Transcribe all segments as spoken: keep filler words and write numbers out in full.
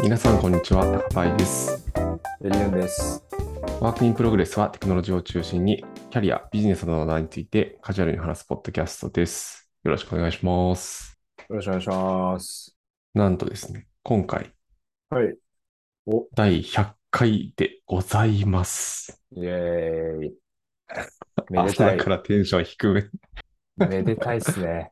皆さん、こんにちは。高パイです。 エリアンです。 ワークインプログレスはテクノロジーを中心に、キャリア、ビジネスなどの話題についてカジュアルに話すポッドキャストです。よろしくお願いします。 よろしくお願いします。 なんとですね、今回、 はい。お、 だいひゃっかいでございます。 イェーイ。めで朝だかたい。 らテンション低め。 めでたいっすね。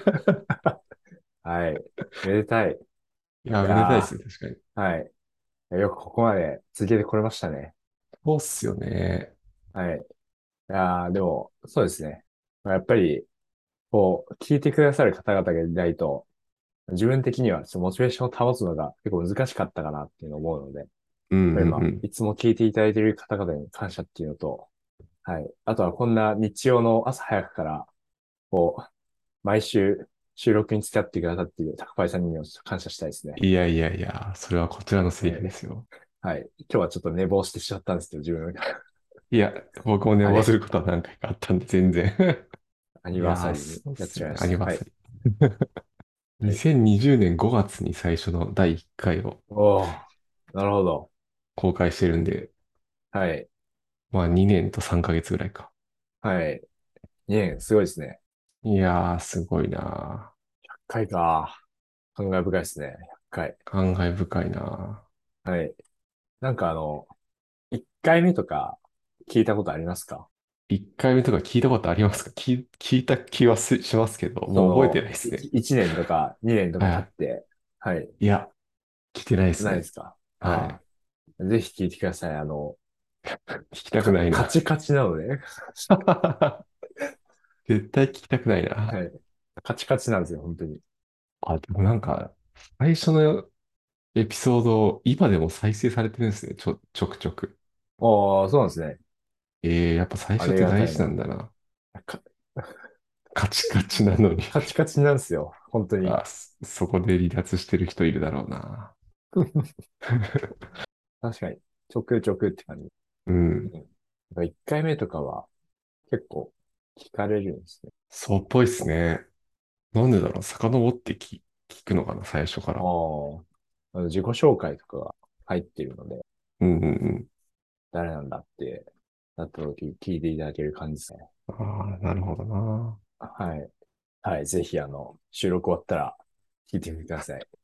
はい。めでたい。 いや、 いやめでたいですね、確かに。 ー、はい。よくここまで続けてこれましたね。 そうっすよね。 はい。いやー、でも、そうですね。まあやっぱり、こう、聞いてくださる方々がいないと、自分的にはちょっとモチベーションを保つのが結構難しかったかなっていうのを思うので、やっうんうぱりまあ、 んうん。 いつも聞いていただいている方々に感謝っていうのと、はい。あとはこんな日曜の朝早くから、こう、毎週収録に付き合ってくださっている高林さんにもちょっと感謝したいですね。 いやいやいや、それはこちらのセリフはい。 ですよ。 はい。今日はちょっと寝坊してしまったんですけど、自分が。 いや、僕も寝あれ、 坊することは何回かあったんで、全然。 アニいやー、 バーサリーにやっそうっすよね。 ちゃいました。はい。 アニバーサリー。 はい。 にせんにじゅうねんごがつに最初のだいいっかいをおー、なるほど。 公開してるんで、 はい。 まあにねんとさんかげつぐらいか。 はい。にねん、すごいですね。 いやー、すごいなひゃっかいか。感慨深いですね。ひゃっかい。 ー。感慨深いなはい。なんかあの、いっかいめとか聞いたことありますか？ ー。いっかいめとか聞いたことありますか？聞、聞いた気はすしますけど、もう覚えてその、 ないですね。 いち、一年とかにねんとかはいは経って、はい。 い。いや、来てないですね。 ないですか？あはい。 あ。ぜひ聞いてください。あの、 聞きたくか、 ないな。 カチカチなので、 絶対聞きたくないな。 はい。カチカチなんですよ、本当に。 あ、でもなんか、最初のエピソード、今でも再生されてるんですね。ちょ、ちょくちょく。 ああ、そうなんですね。 ええ、やっぱ最あり初って大事ながたいな。 んだな。 か、 カチカチなのに。 カチカチなんですよ、本当に。 あ、そそこで離脱してる人いるだろうな。 確かに、ちょくちょくって感じ。 うん。 うん。いっかいめとかは結構聞かれるんですね。 そうっぽいっすね。なんでだろう。遡ってき、聞くのかな、最初かあら。 あ、あの自己紹介とかが入ってるので、 うんうんうん。 誰なんだってなった時聞いていただける感じですね。 ああ、なるほどな。 はい。はい。ぜひ、あの、収録終わったら聞いてみてください。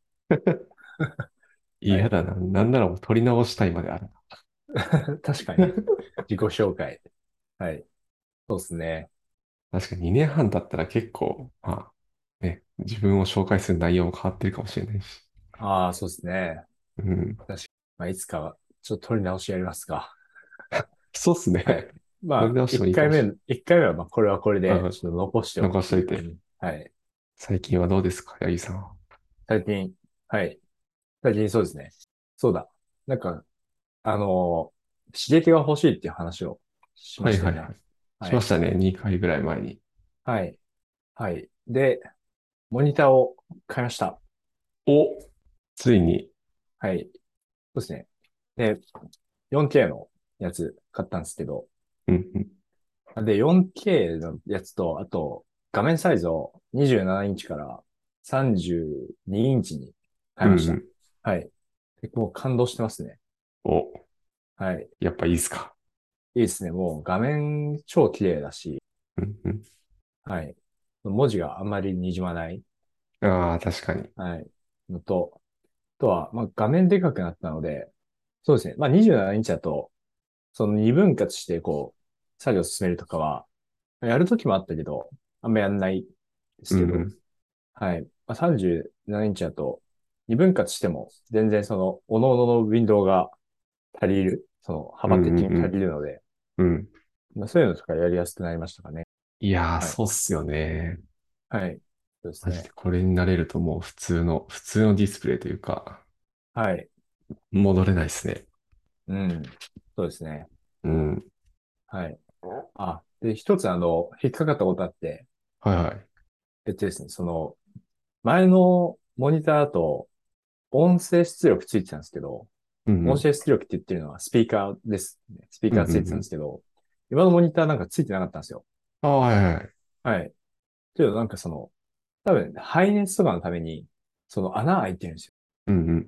はい。 嫌だな。なんならもう撮り直したいまである確かに。 な。 自己紹介。はい。そうですね。 確かににねんはん経ったら結構、まあ、ね、自分を紹介する内容も変わってるかもしれないし。 ああ、そうですね。 うん。 確かに。まあ、いつかは、ちょっと取り直しやりますか。 そうっすね。 はい。まあ、 撮り直しても一回目、 いいかもしれ一回目は、まあ、これはこれない。 で、 うん。 ちょっと残しておくっていう。 残しといて。 はい。 最近はどうですか、ヤギさんは。 最近、はい。最近そうですね。そうだ。なんか、あのー刺激が欲しいっていう話をしましたよね。 はいはいはい。しはい。 ましたね。にかいぐらい前に。 はい。はい。で、モニターを買いました。 お、ついに。 はい。そうですね。で、よんケー のやつ買ったんですけど、 うんうん。 で、よんケー のやつと、あと、画面サイズをにじゅうななインチからさんじゅうにインチに変えました。 うんうん。 はい。でもう感動してますね。 お、 はい。 やっぱいいっすか。 いいですね。もう画面超綺麗だし、 うんうん。 はい。文字があんまり滲まない。 ああ、確かに。 はい。のと、あとは、まあ、画面でかくなったので、そうですね。まあ、にじゅうななインチだと、その二分割してこう、作業を進めるとかは、やるときもあったけど、あんまやんないですけど、 うんうん。 はい。まあ、さんじゅうななインチだと、二分割しても、全然その、各々のウィンドウが足りる、その、 う幅的に足んうんりるので、 うん。うん。 まあ、そういうのとかやりやすくなりましたかね。 いやー、 はい。 そうっすよね。 はい。そうですマジでね。 これになれるともう普通の、普通のディスプレイというか、 はい。 戻れないっすね。 うん。そうですね。 うん。 はい。あ、で、一つあの、引っかかったことあって、 はいはい。 えっとですね、その、前のモニターだと、音声出力ついてたんですけど、 うんうん。 音声出力って言ってるのはスピーカーですね。スピーうんカーついてたんでうんうん。 すけど、今のモニターなんかついてなかったんですよ。 ああ、はいはいはい。 はい。けどなんかその、多分、ハイネスとかのために、その穴開いてるんですよ。 うんうん。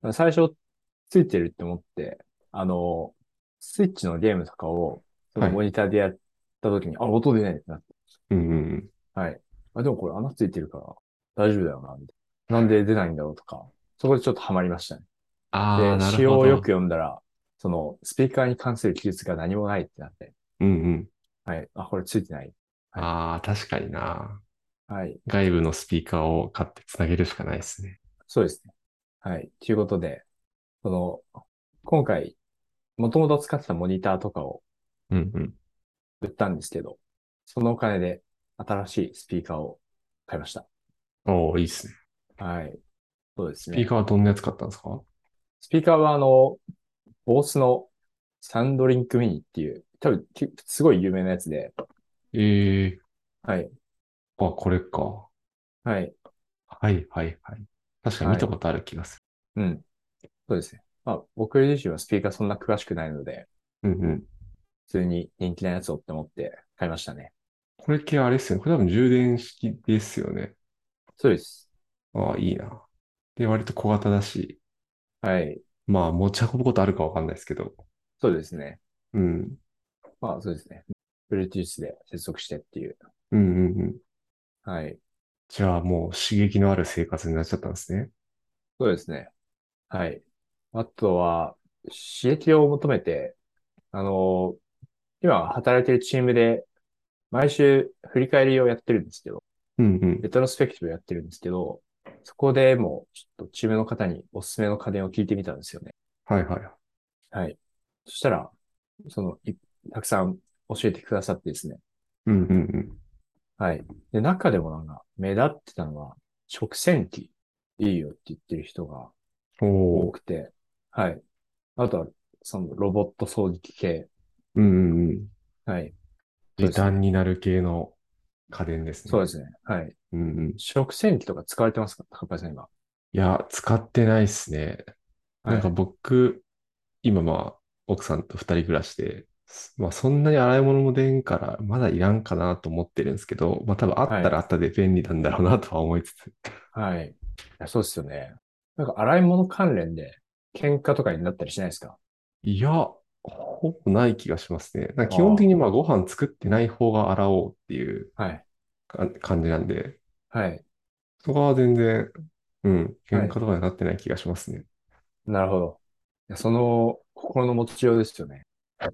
最初ついてるって思って、あの、スイッチのゲームとかを、そのはい。 モニターでやった時に、あ、音出ないってなって、 うんうんうん。 はい。あ、でもこれ穴ついてるから大丈夫だよな、みたいな。なんで出ないんだろうとか、そこでちょっとハマりましたね。 ああ、 で、 なる仕様をよくほど。 読んだら、その、スピーカーに関する記述が何もないってなって、 うんうん。 はい。あ、これついてない。はい。 ああ、確かにな。 はい。 外部のスピーカーを買ってつなげるしかないですね。 そうですね。はい。ということで、その、今回、もともと使ってたモニターとかをうんうん。 売ったんですけど、そのお金で新しいスピーカーを買いました。 おー、いいっすね。 はい。そうですスピーね。 カーはどんなやつ買ったんですか？ スピーカーはあの、ボースのサンドリンクミニっていう、多分、きすごい有名なやつで、 ええはい。 ー、あ、これか。 はい。 はいはいはい。確かに見はい。 たことある気がすうん。そうですね。まあ、僕自身はスピーカーそんな詳しくないので、 る。うんうん。 普通に人気なやつをって思って買いましたね。 これ系あれですよね。これ多分充電式ですよね。 そうです。 ああ、いいな。で、割と小型だし、 はい。 まあ持ち運ぶことあるかわかんないですけど。 そうですね。 うん。 まあ、そうですね。Bluetooth で接続してっていう。 うんうんうん。 はい。 じゃあもう刺激のある生活になっちゃったんですね。 そうですね。はい。あとは、刺激を求めて、あの、今働いてるチームで、毎週振り返りをやってるんですけど、 うんうん。 レトロスペクティブをやってるんですけど、そこでもう、ちょっとチームの方におすすめの家電を聞いてみたんですよね。 はいはい。 はい。そしたら、その、いたくさん教えてくださってですね。 うんうんはい。で、中でもなんか、目立ってたのは、食洗機いいよって言ってる人がうん。おお。 多くて、はい。あとは、そのロボット掃除機系。 うんうんうん。 はい。そう時ですね。 短になる系の家電ですね。 そうですね。はい。 うんうん。 食洗機とか使われてますか高橋さん今？ いや、使ってないっすね。なんかはい。 僕、今まあ、奥さんと二人暮らしで、まあそんなに洗い物も出んから、まだいらんかなと思ってるんですけど、まあ多分あっはい。 たらあったで便利なんだろうなとは思いつつ。 はい。いや、そうですよね。なんか洗い物関連で喧嘩とかになったりしないですか？ いや、ほぼない気がしますね。なんか基本的あにまあご飯作ってない方が洗おうっていうあ。はい。 か感じなんで、 はい。 そこは全然、うん、喧はい。 嘩とかになってない気がしますね。 なるほど。いや、その心の持ちようですよね。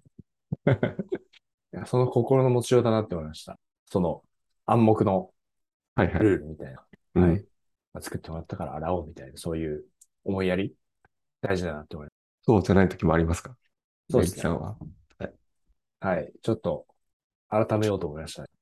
いや、その心の持ちようだなって思いました。その暗黙のはいはい。 ルールみたいな。はい。 うん。 まあ、作ってもらったから洗おうみたいな、そういう思いやり、大事だなって思います。 そうじゃない時もありますか？ そうですね。 ネイキさんは。はい。 はい。ちょっと改めようと思いましたね。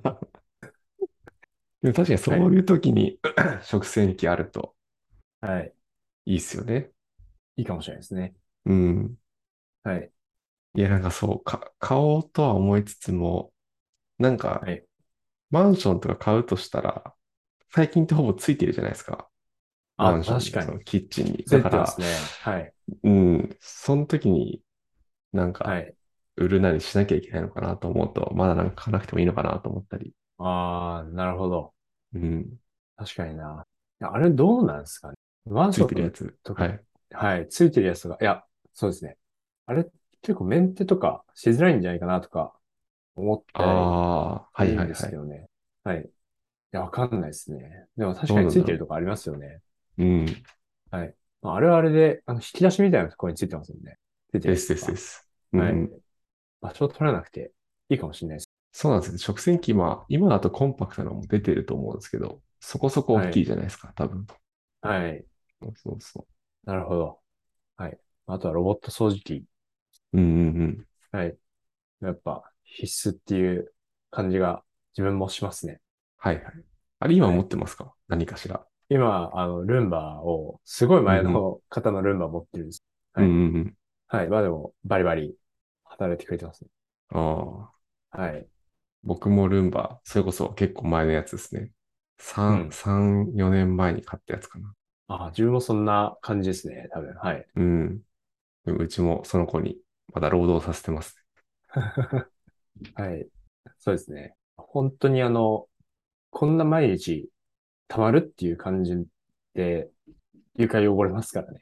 でも確かにはい。 そういう時に食洗機あるとはい。 いいっすよね。 いいかもしれないですね。 うん。 はい。 いや、なんかそう、か、買おうとは思いつつも、なんか、 はい。 マンションとか買うとしたら、最近ってほぼついてるじゃないですか。 あ、 マンションのそ確かに。 のキッチンに。 ついてまだから、 すね。はい。 うん、その時になんか、 はい。 売るなりしなきゃいけないのかなと思うと、まだなんか買わなくてもいいのかなと思ったり。 ああ、なるほど。 うん。 確かにな。いやあれどうなんですかね。マンつションいてるやつ。 とか、 はい。 はい。ついてるやつが、いや、そうですね。あれ結構メンテとかしづらいんじゃないかなとか思ったりああ、 するんではいはいはい。 すけどね。はい。いや、わかんないですね。でも確かについどうなんだろてるとこありますよね。 う。うん。 はい。まあ、あれはあれで、あの、引き出しみたいなところについてますもんね。ついてるですやつとか。 ですです。うんはい。 うん。 場所を取らなくていいかもしれないです。 そうなんですよ。食洗機、まあ、今だとコンパクトなのも出てると思うんですけど、そこそこ大きいはい。 じゃないですか、多分。 はい。 そうそうそなるほど。はい。あとはロボット掃除機。 う。うんうんうん。 はい。やっぱ必須っていう感じが自分もしますね。 はいはい。あれ今持っはい。 てますか？何かしら。 今、あの、ルンバを、すごい前うんうん。 の方のルンバ持ってるんです。 うんはい。 うんうん。 はい。まあでも、バリバリ働いてくれてますね。 ああ。 はい。 僕もルンバ、それこそ結構前のやつですね。さん、 うん。 さん、よねんまえに買ったやつかな。 あ、自分もそんな感じですね。多分。はい。 うん。でもうちもその子にまだ労働させてますはい。そうですね。本当にあの、こんな毎日溜まるっていう感じで床汚れますからね。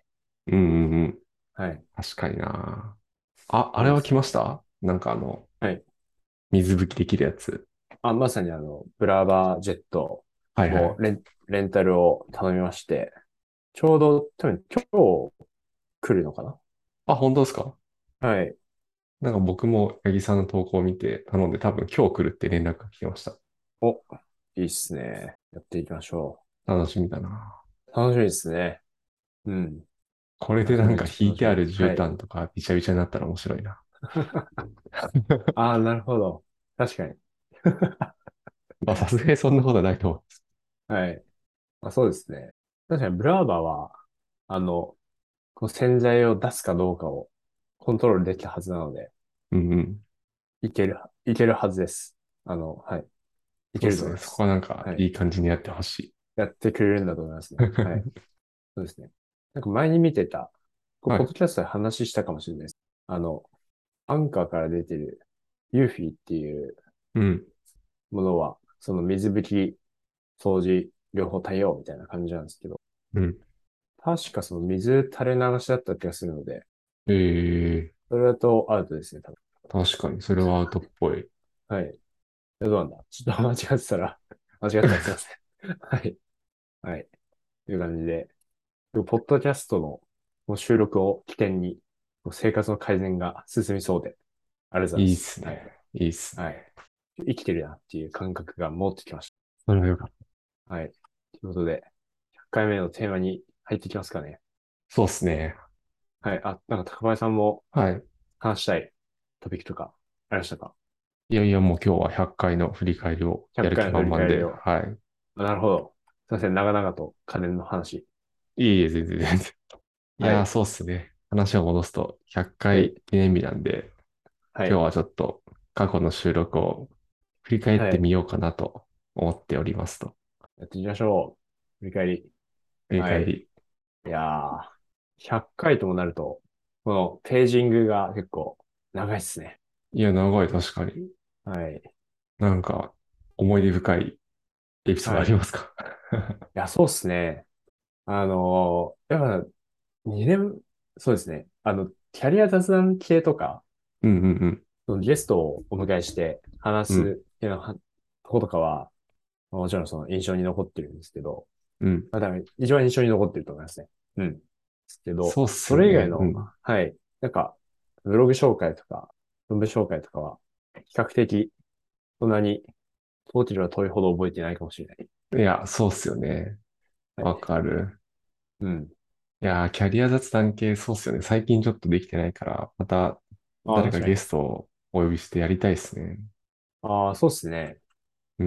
うんうんうん。 はい。 確かにな。あ、あれは来そうですね。 ました？なんかあの、 はい。 水拭きできるやつ。 あ、まさにあの、ブラバージェットはいはい。 をレン、レンタルを頼みまして、ちょうど多分今日来るのかな。 あ、本当ですか？ はい。 なんか僕も八木さんの投稿を見て頼んで多分今日来るって連絡が来てました。 お、いいっすね。やっていきましょ楽しみだな。 う。楽しみですね。うん。 これで夏なんかめっちゃ楽しみ。 引いてある絨はい。 毯とかびちゃびちゃになったら面白いな。 ああ、なるほど。確かに。 まあさすがにそんなことはないと思はい。あ、そうですね。確かにブラーバーは、あの、この洗剤を出すかどうかをコントロールできたはずなので、 う。うんうん。 いける、いけるはずです。あの、はい。いけそうですね。 ると思います。 そこはなんかはい。 いい感じにやってほしい。 やってくれるんだと思いますね。はい。そうですね。なんか前に見てた、こうはい。 ポッドキャストで話したかもしれないです。あの、アンカーから出てるユーフィーっていううん。 ものは、その水拭き、掃除、両方対応みたいな感じなんですけど、 うん。 確かその水垂れ流しだった気がするので、 ええ、 それだとアウトですね、多分。 確かにそれはアウトっぽい。 はい。えどうなんだちょっと間違ってたら、間違ったらすいません。はい。はい。という感じで、ポッドキャストのこの収録を起点に、生活の改善が進みそうで、ありがとうございまいいっす。はい。 すね。いいっすね。 はい。生きてるなっていう感覚が戻ってきましそれはよかった。 た。はい。ということで、ひゃっかいめのテーマに入ってきますかね。 そうっすね。 はい。あ、なんか高林さんもはい。 話したいトピックとかありましたか？ いやいや、もう今日はひゃっかいの振り返りをやひゃっる気回の振り満々で、 返りを。 はい。 あなるほど。すいません。長々と家電の話。 いえいえ、全然全然。いやー、 はい。 そうっすね。話を戻すと、ひゃっかいはい。 記念日なんで、 はい。 今日はちょっと過去の収録を振り返っはい。 てみようかなと思っておりますと。 やっていきましょう。振り返り。 振りはい。 返り。 いやー、ひゃっかいともなると、このページングが結構長いっすね。 いや、長い、確かに。 はい。 なんか、思い出深いエピソードはい。いありますか？ や、そうっすね。あのーやっぱにねん、そうですね。あの、キャリア雑談系とか、 うんうんそのゲストをお迎えして話うん。うん。 す系のはとことかは、もちろんその印象に残ってるんですけど、 うん。 まあ、多分一番印象に残ってると思いますね。うん。ですけど、 そうっすそよね。うれ以外の、 ん。 はい、なんか、ブログ紹介とか、文部紹介とかは、比較的、そんなに、遠ければ遠いほど覚えてないかもしれない。 いや、そうっすよね。わはい。 かる。 うん。 いやー、キャリア雑談系、そうっすよね。最近ちょっとできてないから、またああ、 誰かゲ確かに。 ストをお呼びしてやりたいっすね。 ああ、そうっすね。 うん。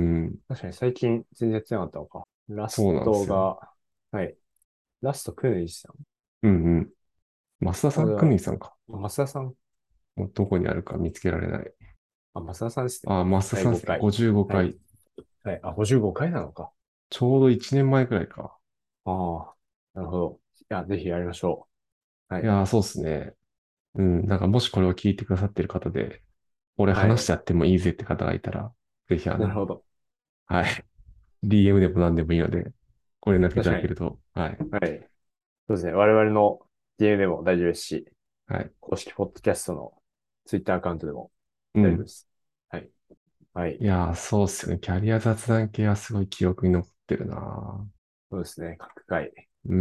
確かに最近全然やってなかったのか。ラスそうなんですよ。 トが、はい。ラストくぬいさん。 うんうん。増田さん、くにあれは、 さんか。 増田さん。 もうどこにあるか見つけられない。 あ、増田さんですね。 あー、増田だいさんですね。 ごかい。 ごじゅうごはい。 かい。 はい。あ、ごじゅうごかいなのか。 ちょうどいちねんまえくらいか。 ああ、なるほど。いや、ぜひやりましょう。はい。 いやー、そうっすね。うん。なんかもしこれを聞いてくださってる方で、俺はい。 話しちゃってもいいぜって方がいたら、ぜひあの、 なるほど。 はい。ディーエム でも何でもいいので、ご連絡いた確かに。 だけると、はい。 はい。そうですね。我々の ディーエム でも大丈夫ですし、 はい。 公式ポッドキャストのツイッターアカウントでもうん。 大丈夫です。はい。はい。 いやー、そうっすよね。キャリア雑談系はすごい記憶に残ってるな。 そうですね。各回。 うん。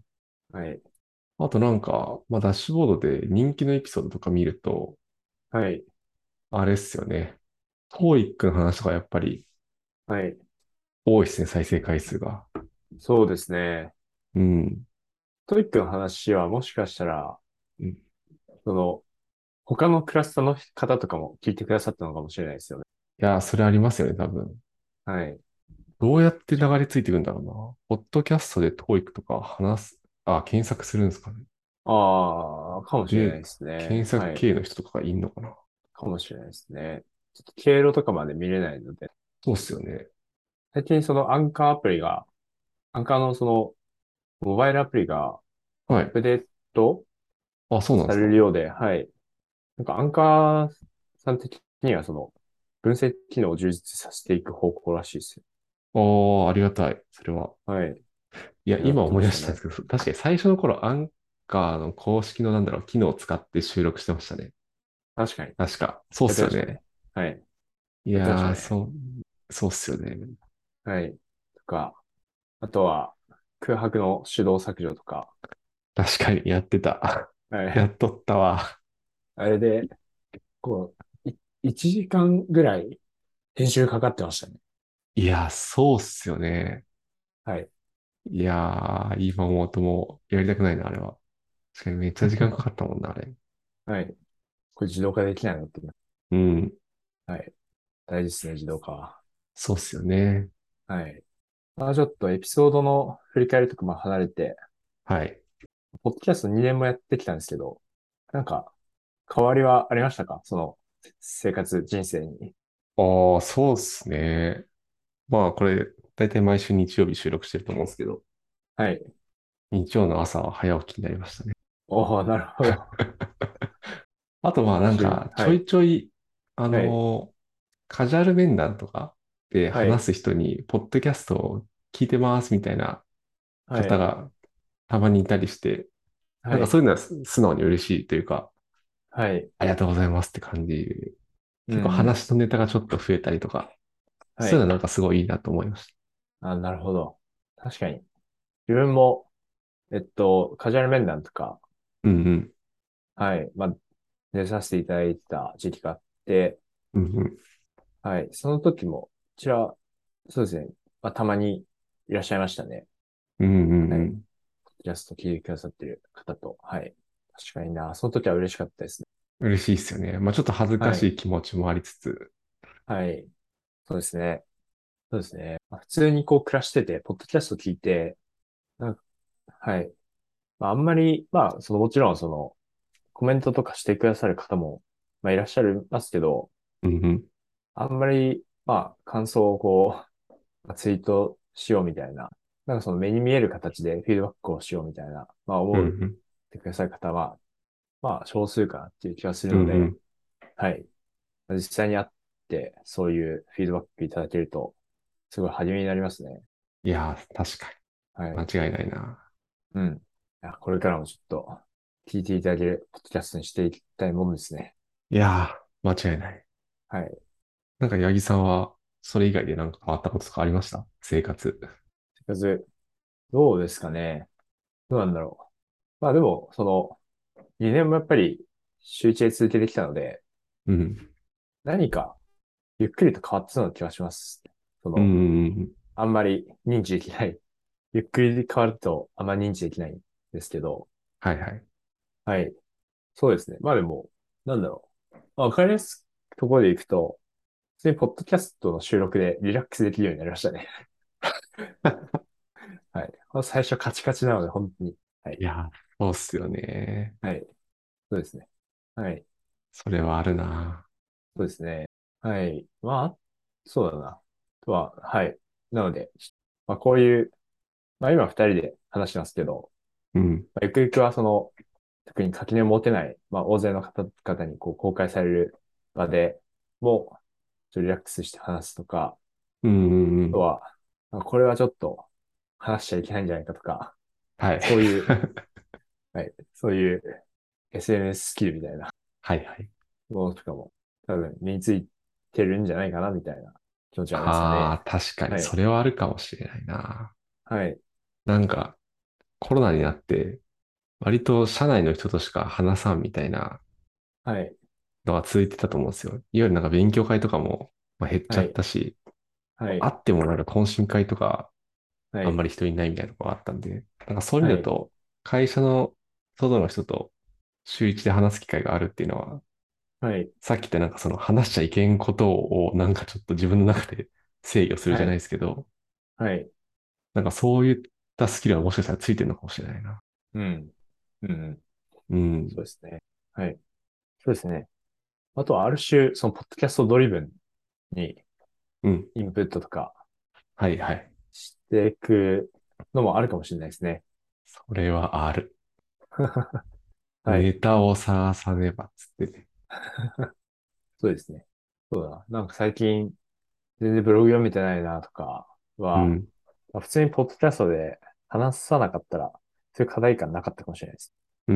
はい。 あとなんか、まあ、ダッシュボードで人気のエピソードとか見ると、 はい。 あれっすよね。トーイックの話とかやっぱりはい。 多いっすね、再生回数が。 そうですね。 うん。 トイックの話はもしかしたら、 うん。 その、他のクラスターの方とかも聞いてくださったのかもしれないですよね。 いやー、それありますよね、多分。 はい。 どうやって流れ着いていくんだろうな。ポッドキャストでトーイックとか話す、あ、検索するんですかね。 ああ、かもしれないで、 ですね。 検索はい。 系の人とかがいんのかな。 かもしれないですね。ちょっと経路とかまで見れないので、 そうっすよね。 最近そのアンカーアプリが、アンカーのその、モバイルアプリがアッはい。 プデートあ、そうなんでさすか。 れるようで、はい。なんかアンカーさん的にはその、分析機能を充実させていく方向らしいですよ。 ああ、ありがたい。それは。 はい。 いや、 やっ今思いてましたね。 出したんですけど、確かに最初の頃、アンカーの公式のなんだろう、機能を使って収録してましたね。 確かに。 確か。そうっすよね。 やってましたね。はい。 いやってましたやー、 ね。 そう、そうっすよね。 はい。とか、あとは、空白の手動削除とか、 確かにやってた。 はやい。 っとったわ。 あれで、こう、い、いちじかんぐらい編集かかってましたね。 いやー、そうっすよね。 はい。 いやー、今思うともうやりたくないな、あれは。確かにめっちゃ時間かかったもんな、あれ。 はい。これ自動化できないのって。 うん。 はい。大事ですね、自動化は。 そうっすよね。 はい。まあ、ちょっとエピソードの振り返りとかも離れて、 はい。 ポッドキャストにねんもやってきたんですけど、なんか、変わりはありましたか？その、生活、人生に。 ああ、そうっすね。まあ、これ、だいたい毎週日曜日収録してると思うんですけど、 はい。 日曜の朝は早起きになりましたね。 おお、なるほど。 あと、まあ、なん週、 か、ちょいはい。 ちょい、あはい。 のーカジュアル面談とかではい。 話す人に、ポッドキャストを聞いてますみたいなはい。 方がたまにいたりして、なんはい。 かそういうのはす素直に嬉しいというか、 はい。 ありがとうございますって感じ。結構うん。 話のネタがちょっと増えたりとか、 はい。 そういうのなんかすごいいいなと思いましあ、なるほど。確かに。自分も、えっと、カジュアル面談とか、 た。うんうん。 はい。まあ、出させていただいてた時期があって、 うんうん。 はい。その時も、こちら、そうですね。まあ、たまにいらっしゃいましたね。 うんうんはい。 うん。 ジャスト聞いてくださってる方と。はい。確かにな。その時は嬉しかったですね。 嬉しいですよね。まあちょっと恥ずかはい。 しい気持ちもありつつ。 はい。そうですね。そうですね。まあ、普通にこう暮らしてて、ポッドキャスト聞いて、なんか、はい。まあ、あんまり、まあ、その、もちろん、その、コメントとかしてくださる方も、まあ、いらっしゃいますけど、 うんうん。 あんまり、まあ、感想をこう、まあツイートしようみたいな、なんかその目に見える形でフィードバックをしようみたいな、まあ、思っうんてくださる方は、まあ、少数かなっていう気がするうん。 ので、 うんうん。 はい。実際に会って、そういうフィードバックいただけると、すごい励みになりますね。 いやー、確かに。 はい。 間違いないな。 うん。いや、これからもちょっと、聞いていただけるポッドキャストにしていきたいものですね。 いやー、間違いない。 はい。 なんか、八木さんは、それ以外でなんか変わったこととかありました生活？ まず、どうですかね。どうなんだろう。まあでも、その、にねんもやっぱり、週一で続けてきたので、 うん。 何か、ゆっくりと変わってそうな気がします。そうんの、 うんうん。 あんまり認知できない。ゆっくり変わると、あんまり認知できないんですけど、 はいはい。 はい。そうですね。まあでも、なんだろう。まあ、わかりやすいところでいくと、普通にポッドキャストの収録でリラックスできるようになりましたね。はい。まあ最初カチカチなので、本当に。はい。 いやー、そうっすよね。 はい。そうですね。はい。 それはあるな。 そうですね。はい。まあ、そうだな。あとは、はい。なので、まあ、こういう、まあ今二人で話してますけど、 うん。 まあ、ゆくゆくはその、特に垣根を持てない、まあ大勢の方々にこう公開される場でも、ちょっとリラックスして話すとか、 うんうんうん。 あとは、まあこれはちょっと話しちゃいけないんじゃないかとか、 はい。 そういう、はい。そういう エスエヌエス ススキルみたいなはいはい。 ものとかも多分身についてるんじゃないかなみたいな気持ちはありますかね。 ああ、確かに、 はい。 それはあるかもしれないな。 はい。 なんか、コロナになって、割と社内の人としか話さんみたいなはい。 のが続いてたと思うんですよ。いわゆるなんか勉強会とかも、まあ、減っちゃっはい。 たし、 はい。 あってもなんか懇親会とかはい。 あんまり人いないみたいなところがあったんで、なんかそういう意はい。 味だと、会社の外の人と週一で話す機会があるっていうのは、 はい。 さっき言ったなんかその話しちゃいけんことをなんかちょっと自分の中で制御するじゃないはい。 ですけど、 はい。 なんかそういったスキルはもしかしたらついてるのかもしれないな。 うん。うん。 うん。 そうですね。はい。そうですね。あとはある種、そのポッドキャストドリブンにうん。 インプットとかはいはい。 していくのもあるかもしれないですね。 それはある。 はい。 ネタを探さねばっつってね。 そうですね。そうだな。なんか最近全然ブログ読めてないなとかは、 うん。 まあ普通にポッドキャストで話さなかったら、そういう課題感なかったかもしれないです。 うん。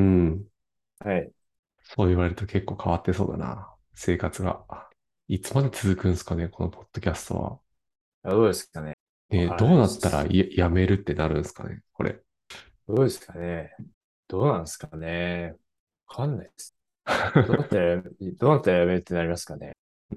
はい。 そう言われると結構変わってそうだな。生活が。いつまで続くんですかね、このポッドキャストは。 どうですかね。わね、 からないどうなったらです。 や、やめるってなるんですかね、これ。 どうですかね。どうなんですかね。わかんないです。どうなったらやめ、どうなったらやめるってなりますかね。 うん。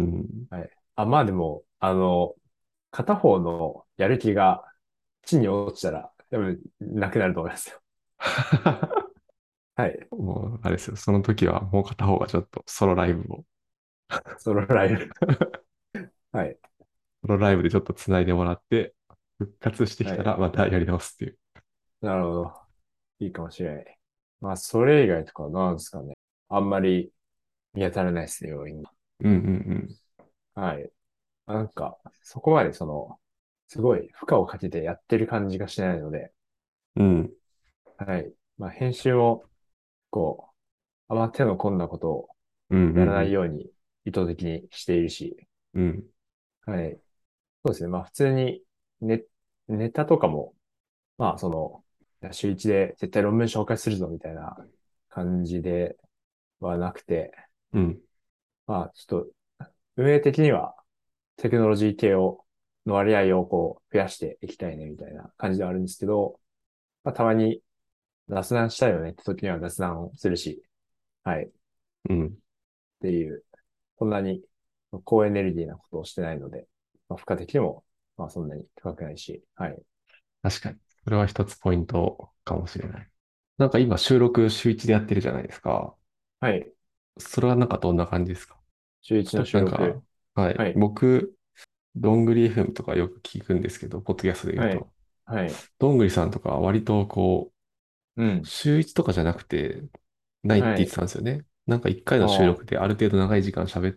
はい。あ、まあでも、あの、片方のやる気が地に落ちたら、多分なくなると思いますよ。はい。 もう、あれですよ。その時はもう片方がちょっとソロライブを、 ソロライブ。はい。 ソロライブでちょっと繋いでもらって、復活してきはい。 たらまたやり直すっていう。 なるほど。いいかもしれない。まあ、それ以外とかは何ですかね。あんまり見当たらないですね、要因が。 うんうんはい。なんか、そこまでその、すごい負荷をかけてやってる感じがしないので、 うん。うん。 はい。まあ、編集も、こう、あんま手の込んだことをうんうやらないんように意図的にしているし、 うん。うん。 はい。そうですね。まあ、普通にネ、ネタとかも、まあ、その、いや週一で絶対論文紹介するぞみたいな感じではなくて、 うん。 まあ、ちょっと、運営的にはテクノロジー系を、の割合をこう、増やしていきたいねみたいな感じではあるんですけど、まあ、たまに雑談したいよねって時には雑談をするし、はい。っうん。 ていう、そんなに高エネルギーなことをしてないので、まあ、負荷的にも、まあ、そんなに高くないし、はい。 確かに。それは一つポイントかもしれない。なんか今収録週一でやってるじゃないですか。 はい。 それはなんかどんな感じですか？ 週一のなんか、 収録。 はい。 はい。 僕、どんぐり エフエム とかよく聞くんですけど、ポッドキャストで言うはい。 と、 はい。 どんぐりさんとかは割とこう、 うん。 週一とかじゃなくて、ないって言ってはい。 たんですよね。なんか一回の収あ録である程度長い時間喋って、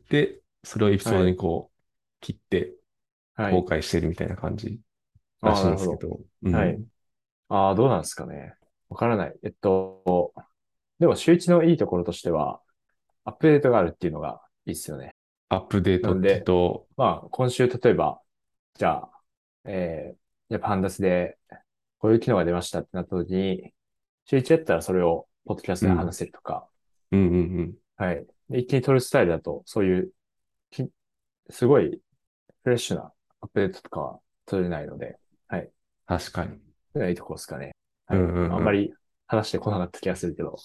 それをエピあ、 ソードにはい。 こう、切って公はい。 開してるみたいな感じらああ、 しいんなるほど。 ですけど、うはい。 ん。 ああ、どうなんですかね。わからない。えっと、でも週一のいいところとしては、アップデートがあるっていうのがいいっすよね。 アップデートっていうなので、 と、 まあ、今週例えば、じゃあ、えー、じゃあパンダスでこういう機能が出ましたってなった時に、週一だったらそれをポッドキャストうん、 で話せるとか、 うんうんうん。 はい。で一気に撮るスタイルだと、そういうき、すごいフレッシュなアップデートとかは取れないので、はい。 確かに。 それがいいところですかね。 うはい。 んうんうん。 まああんまり話してこなかった気がするけど。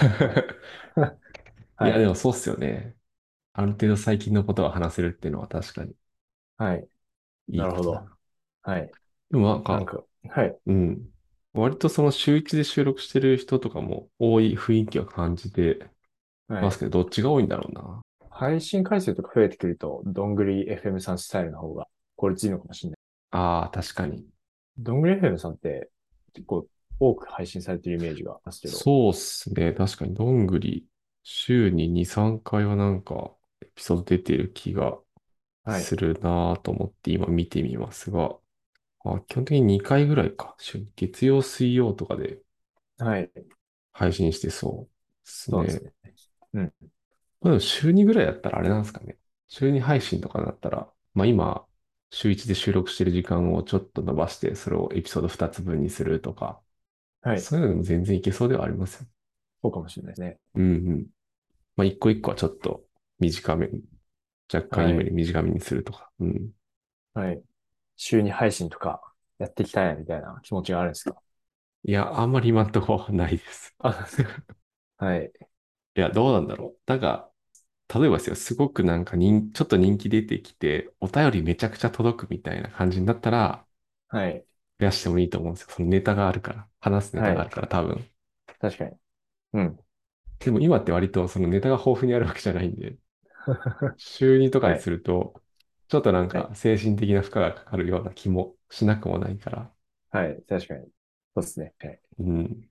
いや、ではい。 もそうっすよね。ある程度最近のことが話せるっていうのは確かにはい。 いいなるほど。 ことだな。 はい。 でもなんか、 なんか、はい。 うん。割とその週一で収録してる人とかも多い雰囲気を感じてはい。 ますけど、どっちが多いんだろうな。 配信回数とか増えてくると、どんぐり エフエム さんスタイルの方が効率いいのかもしれない。 ああ、確かに。 どんぐり エフエム さんって結構多く配信されてるイメージがありますけど。 そうっすね。確かに、どんぐり、週にに、さんかいはなんか、エピソード出てる気がはい。 するなぁと思って今見てみますが、あ、基本的ににかいぐらいか。週月曜、水曜とかではい。 配信してそうですね。 そうなんですね。うん。 まあでも週にぐらいだったらあれなんですかね。週に配信とかだったら、まあ今、週いちで収録してる時間をちょっと伸ばして、それをエピソードふたつぶんにするとか、 はい。 そういうのでも全然いけそうではありますよ。 そうかもしれないですね。 うんうん。まあ一個一個はちょっと短めに、若干今よりはい。 短めにするとか。うん。 はい。週に配信とかやっていきたいなみたいな気持ちがあるんですか？ いや、あんまり今んとこないです。 あ、そうですか。はい。 いや、どうなんだろう。なんか、例えばですよ、すごくなんか人、ちょっと人気出てきて、お便りめちゃくちゃ届くみたいな感じになったら、 はい。 増やしてもいいと思うんですよ。そのネタがあるから。話すネタはい。 があるから多分。 確かに。うん。 でも今って割とそのネタが豊富にあるわけじゃないんで、週にとかにすはい。 ると、ちょっとなんはい。 か精神的な負荷がかかるような気もしなくもないから。 はい。確かに。そうですね。はい。 うん。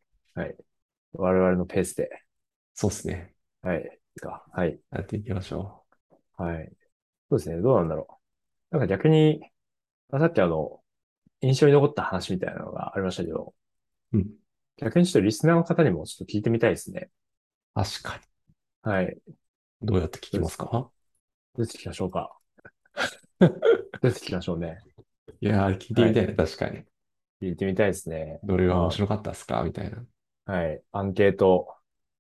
はい。我々のペースで。 そうですね。 はい。か。はい。 やっていきましょはい。そうですね。どうなんだろう。なんか逆に、まあさっきあの、印象に残った話みたいなのがありましたけど、 う。うん。 逆にちょっとリスナーの方にもちょっと聞いてみたいですね。 確かに。 はい。 どうやって聞どうですか？ きますか？ どうやって聞きましょうか？どうやって聞きましょうね。 いやー、聞いてはい。 みたいね。確かに。 聞いてみたいですね。 どれが面ま白かったですかみたいな。 あ、はい。アンケート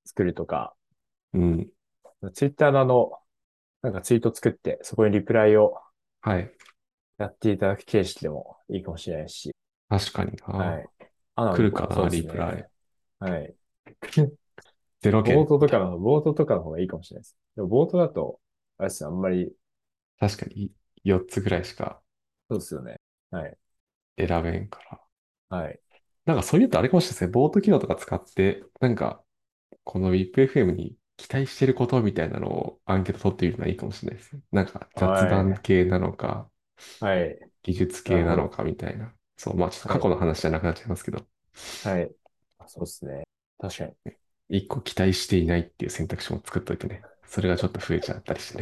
作るとか、 うん。 ツイッターのあの、なんかツイート作って、そこにリプライをはい。 やっていただく形式でもいいかもしれないし、 確かにな。 はい。あの、 来るかな、 そうでリプライ。 すね。はい。 ゼロ件冒頭みたいとかの、冒頭とかの方がいいかもしれないです。でも冒頭だと、あれですね、あんまり、 な。確かによっつぐらいしかそうですよね。はい。 選べんから。 はい。 なんかそういうとあれかもしれないですね。ボート機能とか使って、なんかこの WIPFM に期待してることみたいなのをアンケート取ってみるのはいいかもしれないですね。なんか雑はい。 談系なのか、 はい。 技術なるほど。 系なのかみたいな。そう、まあちょっと過去はい。 の話じゃなくなっちゃいますけど、 はい。そうですね。確かに。 一個期待していないっていう選択肢も作っといてね。それがちょっと増えちゃったりしてね。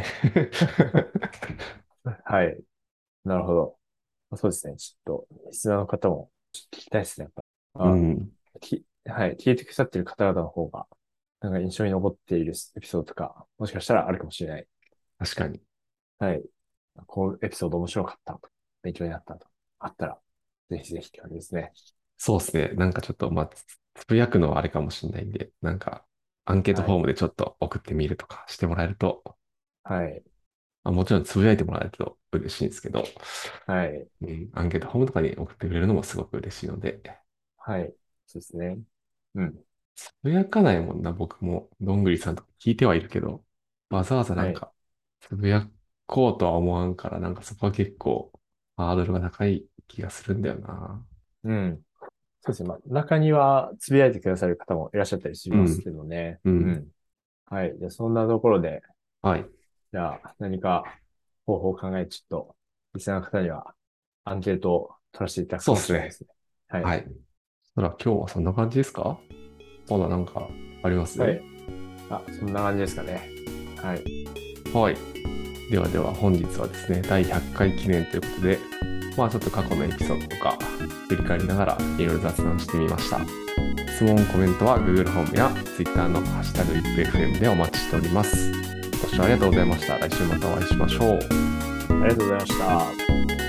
はい。なるほど。そうですね。ちょっと、リスナーの方も、ちょっと聞きたいですね。やっぱ。あ、 うん。 き、はい。聞いてくださってる方々の方が、なんか印象に残っているエピソードとか、もしかしたらあるかもしれない。 確かに。 はい。こうエピソード面白かったと、勉強になったと、あったら、ぜひぜひって感じですね。 そうですね。なんかちょっと、まあ、つつぶやくのはあれかもしれないんで、なんか、アンケートはい。 フォームでちょっと送ってみるとかしてもらえると、 はい。 まあ、もちろんつぶやいてもらえると嬉しいんですけど、 はい。 うん、アンケートフォームとかに送ってくれるのもすごく嬉しいので、 はい。そうですね。うん。 つぶやかないもんな、僕も、どんぐりさんとか聞いてはいるけど、わざわざなはい。 んか、つぶやこうとは思わんから、なんかそこは結構、ハードルが高い気がするんだよな。 うん。そうですね。まあ、中には、つぶやいてくださる方もいらっしゃったりしますうん、 けどね。 うん。 うん。はい。じゃあ、そんなところで、 はい。 じゃあ、何か方法を考えて、ちょっと、リスナーの方には、アンケートを取らせていただくかそうですね。 もしれないですね。はい。 はい。そら今日はそんな感じですか？まだなんかあります？ はい。あ、そんな感じですかね。はい。 はい。ではでは本日はですね、だいひゃっかい記念ということで、まあちょっと過去のエピソードとか振り返りながらいろいろ雑談してみました。質問、コメントは Google ホームや Twitter のハッシュタグ アイピーエフエム でお待ちしております。ご視聴ありがとうございました。来週またお会いしましょう。 ありがとうございました。